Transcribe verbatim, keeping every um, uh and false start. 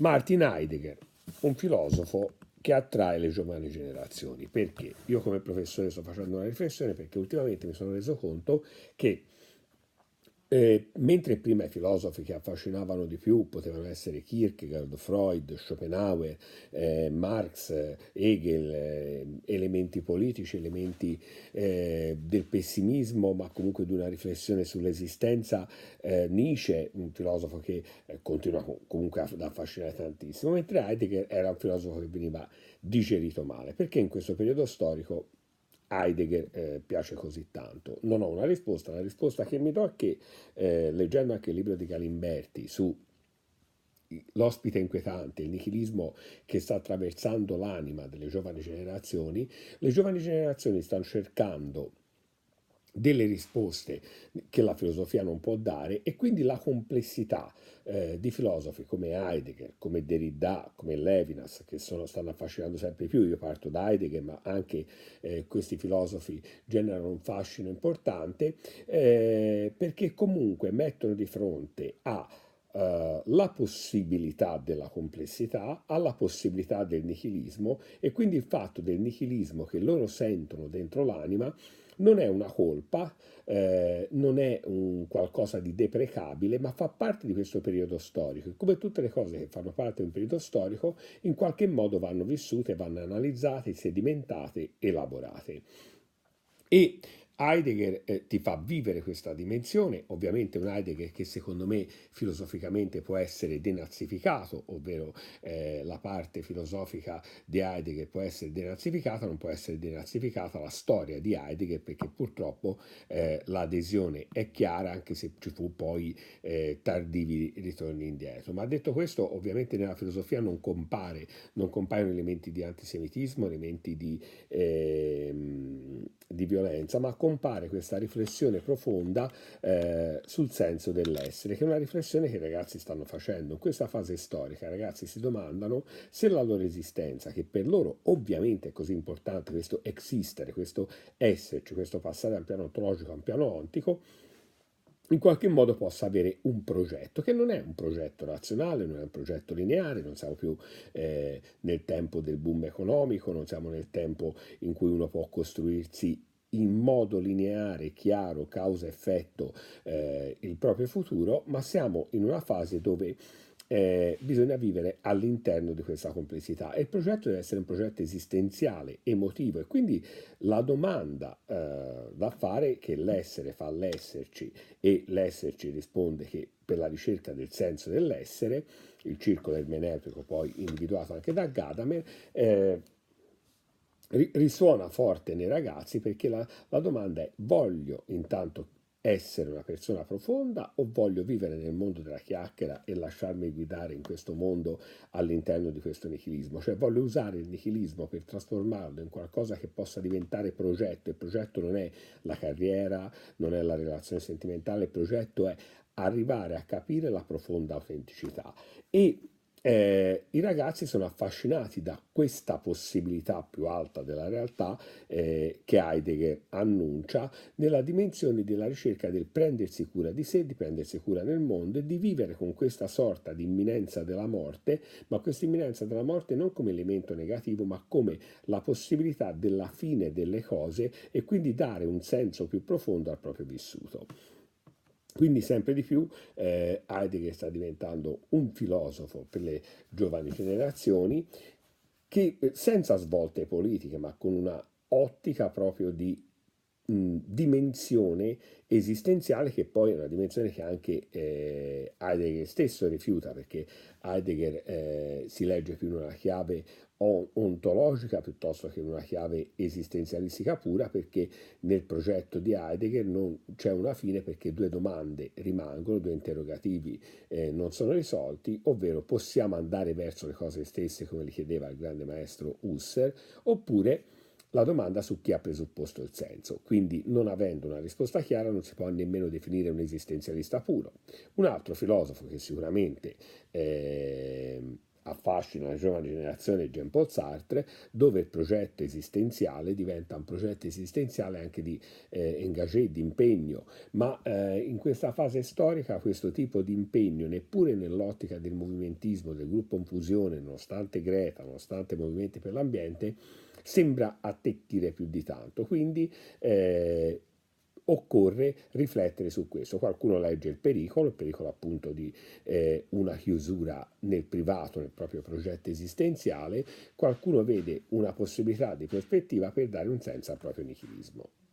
Martin Heidegger, un filosofo che attrae le giovani generazioni. Perché? Io come professore sto facendo una riflessione perché ultimamente mi sono reso conto che eh, mentre prima i filosofi che affascinavano di più potevano essere Kierkegaard, Freud, Schopenhauer, eh, Marx, eh, Hegel, eh, elementi politici, elementi eh, del pessimismo, ma comunque di una riflessione sull'esistenza, eh, Nietzsche, un filosofo che eh, continua co- comunque ad affascinare tantissimo, mentre Heidegger era un filosofo che veniva digerito male. Perché in questo periodo storico Heidegger eh, piace così tanto? Non ho una risposta, la risposta che mi do è che eh, leggendo anche il libro di Galimberti su l'ospite inquietante, il nichilismo che sta attraversando l'anima delle giovani generazioni, le giovani generazioni stanno cercando delle risposte che la filosofia non può dare e quindi la complessità eh, di filosofi come Heidegger, come Derrida, come Levinas, che sono, stanno affascinando sempre più. Io parto da Heidegger, ma anche eh, questi filosofi generano un fascino importante eh, perché comunque mettono di fronte a Uh, la possibilità della complessità, alla possibilità del nichilismo e quindi il fatto del nichilismo che loro sentono dentro l'anima non è una colpa, eh, non è un qualcosa di deprecabile, ma fa parte di questo periodo storico. E come tutte le cose che fanno parte di un periodo storico, in qualche modo vanno vissute, vanno analizzate, sedimentate, elaborate. E Heidegger eh, ti fa vivere questa dimensione, ovviamente un Heidegger che secondo me filosoficamente può essere denazificato, ovvero eh, la parte filosofica di Heidegger può essere denazificata, non può essere denazificata la storia di Heidegger perché purtroppo eh, l'adesione è chiara anche se ci fu poi eh, tardivi ritorni indietro. Ma detto questo, ovviamente nella filosofia non compare, non compaiono elementi di antisemitismo, elementi di ehm, di violenza, ma compare questa riflessione profonda eh, sul senso dell'essere, che è una riflessione che i ragazzi stanno facendo. In questa fase storica i ragazzi si domandano se la loro esistenza, che per loro ovviamente è così importante, questo existere, questo esserci, questo passare da un piano ontologico a un piano ontico, in qualche modo possa avere un progetto, che non è un progetto razionale, non è un progetto lineare, non siamo più eh, nel tempo del boom economico, non siamo nel tempo in cui uno può costruirsi in modo lineare, chiaro, causa-effetto eh, il proprio futuro, ma siamo in una fase dove eh, bisogna vivere all'interno di questa complessità e il progetto deve essere un progetto esistenziale, emotivo e quindi la domanda eh, da fare che l'essere fa l'esserci e l'esserci risponde che per la ricerca del senso dell'essere, il circolo ermeneutico poi individuato anche da Gadamer, eh, risuona forte nei ragazzi perché la, la domanda è: voglio intanto essere una persona profonda o voglio vivere nel mondo della chiacchiera e lasciarmi guidare in questo mondo all'interno di questo nichilismo? Cioè voglio usare il nichilismo per trasformarlo in qualcosa che possa diventare progetto. Il progetto non è la carriera, non è la relazione sentimentale, il progetto è arrivare a capire la profonda autenticità. E eh, i ragazzi sono affascinati da questa possibilità più alta della realtà eh, che Heidegger annuncia nella dimensione della ricerca del prendersi cura di sé, di prendersi cura nel mondo e di vivere con questa sorta di imminenza della morte, ma questa imminenza della morte non come elemento negativo, ma come la possibilità della fine delle cose e quindi dare un senso più profondo al proprio vissuto. Quindi sempre di più eh, Heidegger sta diventando un filosofo per le giovani generazioni che eh, senza svolte politiche, ma con una ottica proprio di mh, dimensione esistenziale, che poi è una dimensione che anche eh, Heidegger stesso rifiuta, perché Heidegger eh, si legge più in una chiave ontologica piuttosto che in una chiave esistenzialistica pura, perché nel progetto di Heidegger non c'è una fine perché due domande rimangono, due interrogativi eh, non sono risolti, ovvero possiamo andare verso le cose stesse come li chiedeva il grande maestro Husserl, oppure la domanda su chi ha presupposto il senso. Quindi non avendo una risposta chiara non si può nemmeno definire un esistenzialista puro. Un altro filosofo che sicuramente eh, affascina la giovane generazione Jean-Paul Sartre, dove il progetto esistenziale diventa un progetto esistenziale anche di eh, engagé, di impegno, ma eh, in questa fase storica questo tipo di impegno, neppure nell'ottica del movimentismo, del gruppo in fusione, nonostante Greta, nonostante movimenti per l'ambiente, sembra attettire più di tanto. Quindi eh, occorre riflettere su questo. Qualcuno legge il pericolo, il pericolo appunto di eh, una chiusura nel privato, nel proprio progetto esistenziale, qualcuno vede una possibilità di prospettiva per dare un senso al proprio nichilismo.